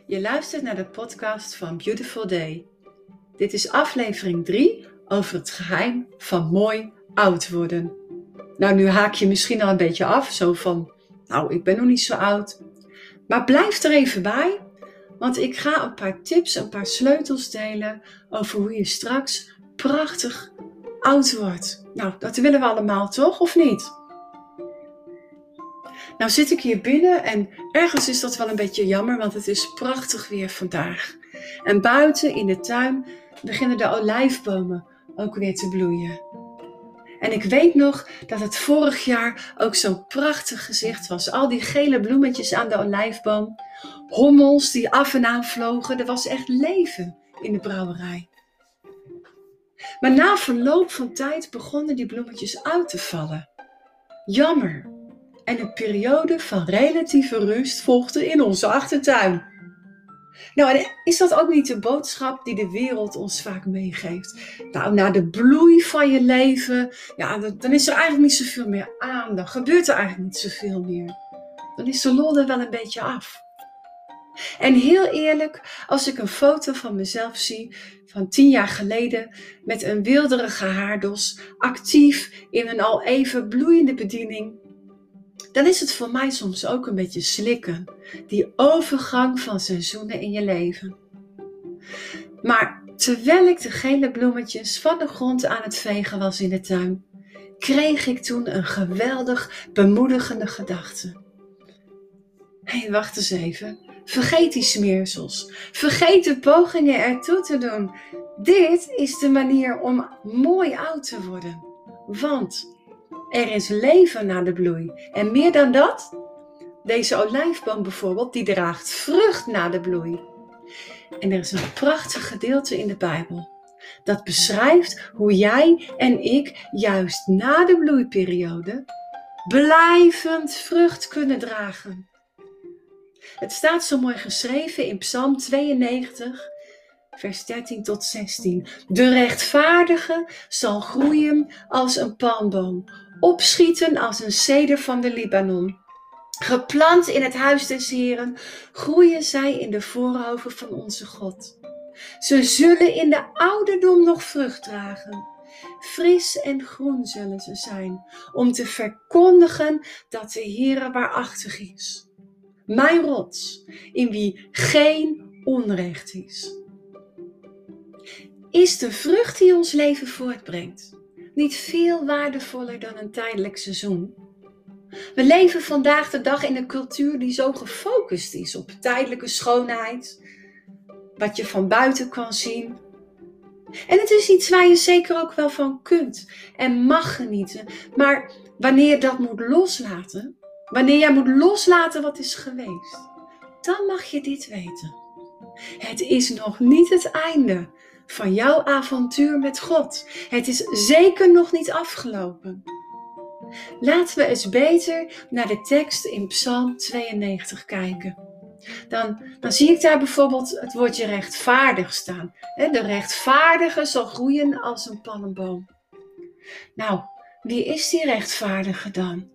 Je luistert naar de podcast van Beautiful Day. Dit is aflevering 3 over het geheim van mooi oud worden. Nou, nu haak je misschien al een beetje af, zo van, ik ben nog niet zo oud. Maar blijf er even bij, want ik ga een paar tips, een paar sleutels delen over hoe je straks prachtig oud wordt. Nou, dat willen we allemaal toch, of niet? Nou zit ik hier binnen en ergens is dat wel een beetje jammer, want het is prachtig weer vandaag. En buiten in de tuin beginnen de olijfbomen ook weer te bloeien. En ik weet nog dat het vorig jaar ook zo'n prachtig gezicht was. Al die gele bloemetjes aan de olijfboom, hommels die af en aan vlogen. Er was echt leven in de brouwerij. Maar na verloop van tijd begonnen die bloemetjes uit te vallen. Jammer. En een periode van relatieve rust volgde in onze achtertuin. Nou, en is dat ook niet de boodschap die de wereld ons vaak meegeeft? Nou, na de bloei van je leven, dan is er eigenlijk niet zoveel meer aan. Dan gebeurt er eigenlijk niet zoveel meer. Dan is de lol er wel een beetje af. En heel eerlijk, als ik een foto van mezelf zie van 10 jaar geleden met een wilderige haardos, actief in een al even bloeiende bediening, dan is het voor mij soms ook een beetje slikken. Die overgang van seizoenen in je leven. Maar terwijl ik de gele bloemetjes van de grond aan het vegen was in de tuin, kreeg ik toen een geweldig bemoedigende gedachte. Hé, wacht eens even. Vergeet die smeersels. Vergeet de pogingen ertoe te doen. Dit is de manier om mooi oud te worden. Want er is leven na de bloei. En meer dan dat, deze olijfboom bijvoorbeeld, die draagt vrucht na de bloei. En er is een prachtig gedeelte in de Bijbel. Dat beschrijft hoe jij en ik juist na de bloeiperiode blijvend vrucht kunnen dragen. Het staat zo mooi geschreven in Psalm 92, vers 13 tot 16. De rechtvaardige zal groeien als een palmboom, opschieten als een ceder van de Libanon. Geplant in het huis des Heren, groeien zij in de voorhoven van onze God. Ze zullen in de ouderdom nog vrucht dragen. Fris en groen zullen ze zijn, om te verkondigen dat de Heere waarachtig is. Mijn rots, in wie geen onrecht is. Is de vrucht die ons leven voortbrengt niet veel waardevoller dan een tijdelijk seizoen? We leven vandaag de dag in een cultuur die zo gefocust is op tijdelijke schoonheid, wat je van buiten kan zien. En het is iets waar je zeker ook wel van kunt en mag genieten. Maar wanneer je dat moet loslaten, wanneer jij moet loslaten wat is geweest, dan mag je dit weten. Het is nog niet het einde van jouw avontuur met God. Het is zeker nog niet afgelopen. Laten we eens beter naar de tekst in Psalm 92 kijken. Dan zie ik daar bijvoorbeeld het woordje rechtvaardig staan. De rechtvaardige zal groeien als een palmboom. Nou, wie is die rechtvaardige dan?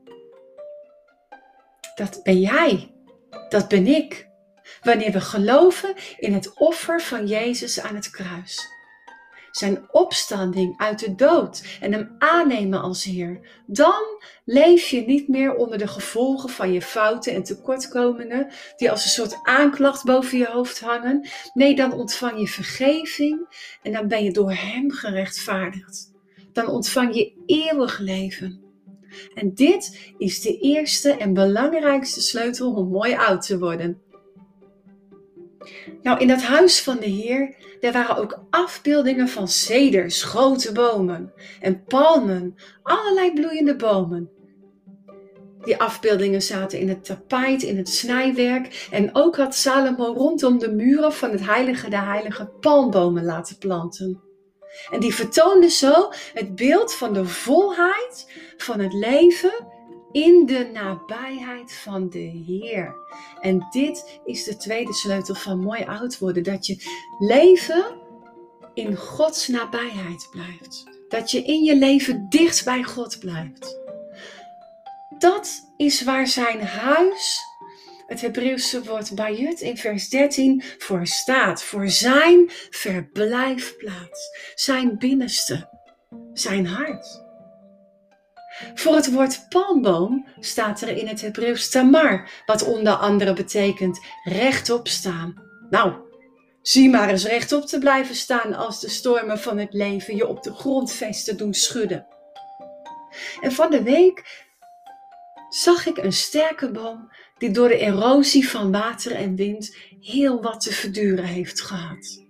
Dat ben jij. Dat ben ik. Wanneer we geloven in het offer van Jezus aan het kruis. Zijn opstanding uit de dood en hem aannemen als Heer. Dan leef je niet meer onder de gevolgen van je fouten en tekortkomingen die als een soort aanklacht boven je hoofd hangen. Nee, dan ontvang je vergeving en dan ben je door hem gerechtvaardigd. Dan ontvang je eeuwig leven. En dit is de eerste en belangrijkste sleutel om mooi oud te worden. Nou, in dat huis van de Heer, daar waren ook afbeeldingen van ceders, grote bomen en palmen, allerlei bloeiende bomen. Die afbeeldingen zaten in het tapijt, in het snijwerk en ook had Salomo rondom de muren van het heilige der heiligen palmbomen laten planten. En die vertoonden zo het beeld van de volheid van het leven in de nabijheid van de Heer. En dit is de tweede sleutel van mooi oud worden. Dat je leven in Gods nabijheid blijft. Dat je in je leven dicht bij God blijft. Dat is waar zijn huis het Hebreeuwse woord bayut in vers 13 voor staat, voor zijn verblijfplaats, zijn binnenste, zijn hart. Voor het woord palmboom staat er in het Hebreeuws tamar, wat onder andere betekent rechtop staan. Nou, zie maar eens rechtop te blijven staan als de stormen van het leven je op de grondvesten doen schudden. En van de week zag ik een sterke boom die door de erosie van water en wind heel wat te verduren heeft gehad.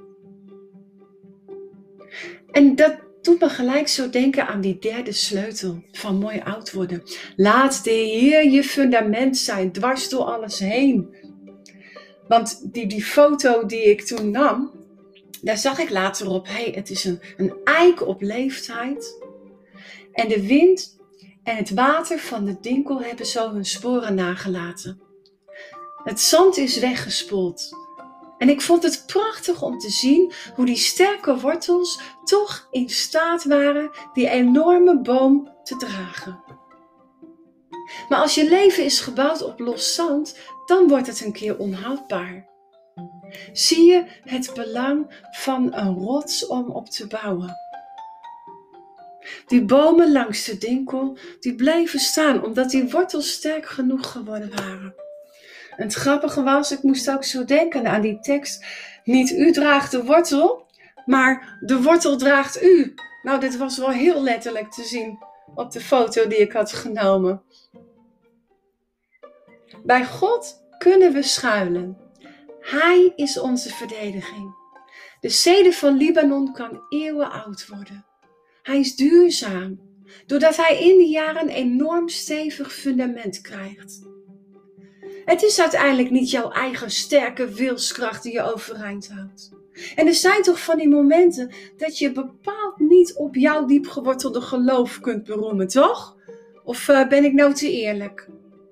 En dat doet me gelijk zo denken aan die derde sleutel van mooi oud worden. Laat de Heer je fundament zijn, dwars door alles heen. Want die foto die ik toen nam, daar zag ik later op, het is een eik op leeftijd. En de wind en het water van de dinkel hebben zo hun sporen nagelaten. Het zand is weggespoeld. En ik vond het prachtig om te zien hoe die sterke wortels toch in staat waren die enorme boom te dragen. Maar als je leven is gebouwd op los zand, dan wordt het een keer onhoudbaar. Zie je het belang van een rots om op te bouwen? Die bomen langs de dinkel, die bleven staan omdat die wortels sterk genoeg geworden waren. En het grappige was, ik moest ook zo denken aan die tekst. Niet u draagt de wortel, maar de wortel draagt u. Nou, dit was wel heel letterlijk te zien op de foto die ik had genomen. Bij God kunnen we schuilen. Hij is onze verdediging. De ceder van Libanon kan eeuwen oud worden. Hij is duurzaam, doordat hij in de jaren een enorm stevig fundament krijgt. Het is uiteindelijk niet jouw eigen sterke wilskracht die je overeind houdt. En er zijn toch van die momenten dat je bepaald niet op jouw diepgewortelde geloof kunt beroemen, toch? Of ben ik nou te eerlijk?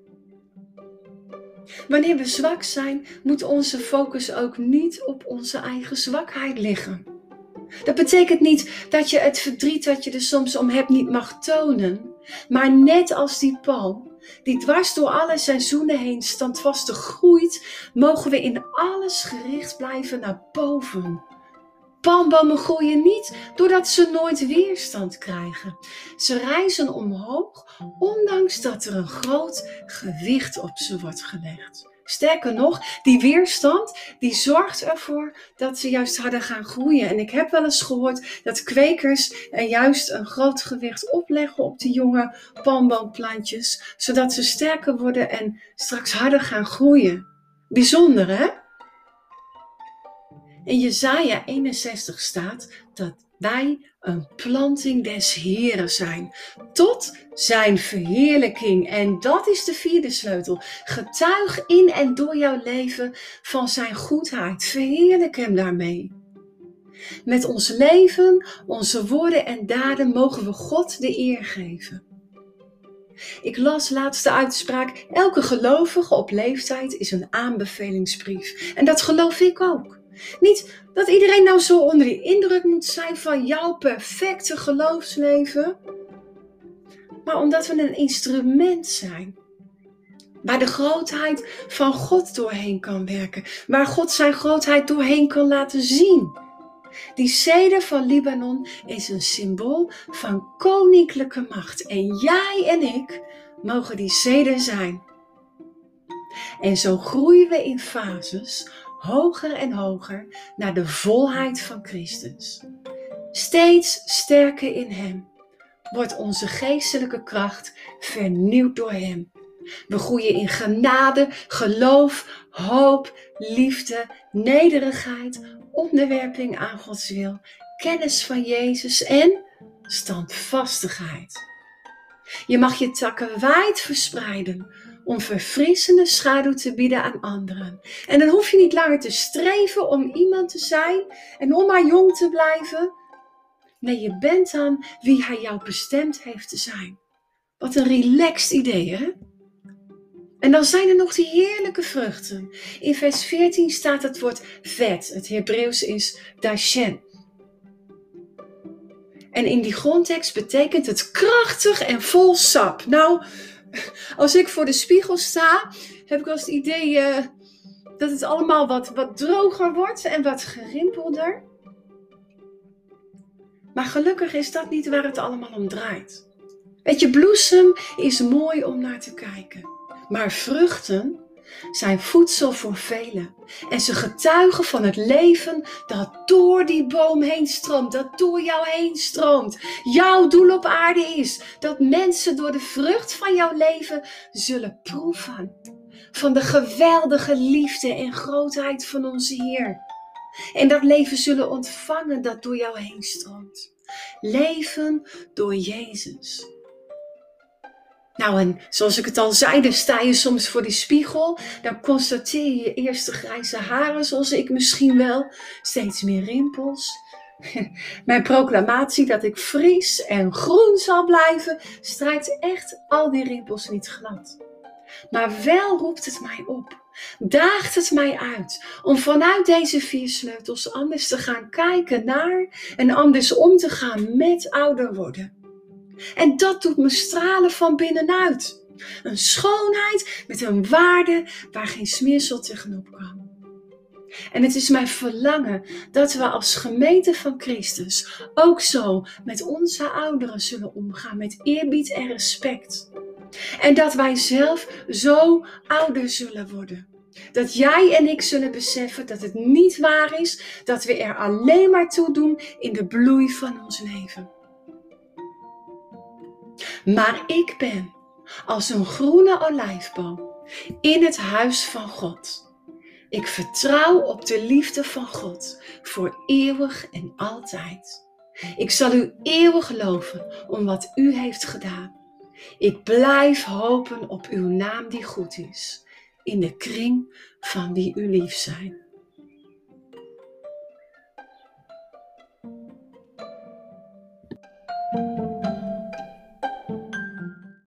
Wanneer we zwak zijn, moet onze focus ook niet op onze eigen zwakheid liggen. Dat betekent niet dat je het verdriet dat je er soms om hebt niet mag tonen. Maar net als die palm, die dwars door alle seizoenen heen standvastig groeit, mogen we in alles gericht blijven naar boven. Palmbomen groeien niet doordat ze nooit weerstand krijgen. Ze rijzen omhoog, ondanks dat er een groot gewicht op ze wordt gelegd. Sterker nog, die weerstand die zorgt ervoor dat ze juist harder gaan groeien. En ik heb wel eens gehoord dat kwekers er juist een groot gewicht opleggen op die jonge palmboomplantjes, zodat ze sterker worden en straks harder gaan groeien. Bijzonder, hè? In Jesaja 61 staat dat wij een planting des Heeren zijn, tot zijn verheerlijking. En dat is de vierde sleutel. Getuig in en door jouw leven van zijn goedheid. Verheerlijk hem daarmee. Met ons leven, onze woorden en daden mogen we God de eer geven. Ik las laatst de uitspraak, elke gelovige op leeftijd is een aanbevelingsbrief. En dat geloof ik ook. Niet dat iedereen nou zo onder de indruk moet zijn van jouw perfecte geloofsleven, maar omdat we een instrument zijn, waar de grootheid van God doorheen kan werken, waar God zijn grootheid doorheen kan laten zien. Die ceder van Libanon is een symbool van koninklijke macht en jij en ik mogen die ceder zijn. En zo groeien we in fases hoger en hoger naar de volheid van Christus. Steeds sterker in hem wordt onze geestelijke kracht vernieuwd door hem. We groeien in genade, geloof, hoop, liefde, nederigheid, onderwerping aan Gods wil, kennis van Jezus en standvastigheid. Je mag je takken wijd verspreiden om verfrissende schaduw te bieden aan anderen. En dan hoef je niet langer te streven om iemand te zijn en om maar jong te blijven. Nee, je bent dan wie hij jou bestemd heeft te zijn. Wat een relaxed idee, hè? En dan zijn er nog die heerlijke vruchten. In vers 14 staat het woord vet. Het Hebreeuws is dashen. En in die grondtekst betekent het krachtig en vol sap. Nou, Als ik voor de spiegel sta, heb ik wel eens het idee dat het allemaal wat droger wordt en wat gerimpelder. Maar gelukkig is dat niet waar het allemaal om draait. Weet je, bloesem is mooi om naar te kijken. Maar vruchten zijn voedsel voor velen. En ze getuigen van het leven dat door die boom heen stroomt. Dat door jou heen stroomt. Jouw doel op aarde is dat mensen door de vrucht van jouw leven zullen proeven. Van de geweldige liefde en grootheid van onze Heer. En dat leven zullen ontvangen dat door jou heen stroomt. Leven door Jezus. Nou, en zoals ik het al zei, dan sta je soms voor die spiegel. Dan constateer je eerst de grijze haren, zoals ik misschien wel. Steeds meer rimpels. Mijn proclamatie dat ik fris en groen zal blijven, strijkt echt al die rimpels niet glad. Maar wel roept het mij op. Daagt het mij uit om vanuit deze 4 sleutels anders te gaan kijken naar en anders om te gaan met ouder worden. En dat doet me stralen van binnenuit. Een schoonheid met een waarde waar geen smeersel tegenop kan. En het is mijn verlangen dat we als gemeente van Christus ook zo met onze ouderen zullen omgaan met eerbied en respect. En dat wij zelf zo ouder zullen worden. Dat jij en ik zullen beseffen dat het niet waar is dat we er alleen maar toe doen in de bloei van ons leven. Maar ik ben als een groene olijfboom in het huis van God. Ik vertrouw op de liefde van God voor eeuwig en altijd. Ik zal u eeuwig loven om wat u heeft gedaan. Ik blijf hopen op uw naam die goed is, in de kring van wie u lief zijn.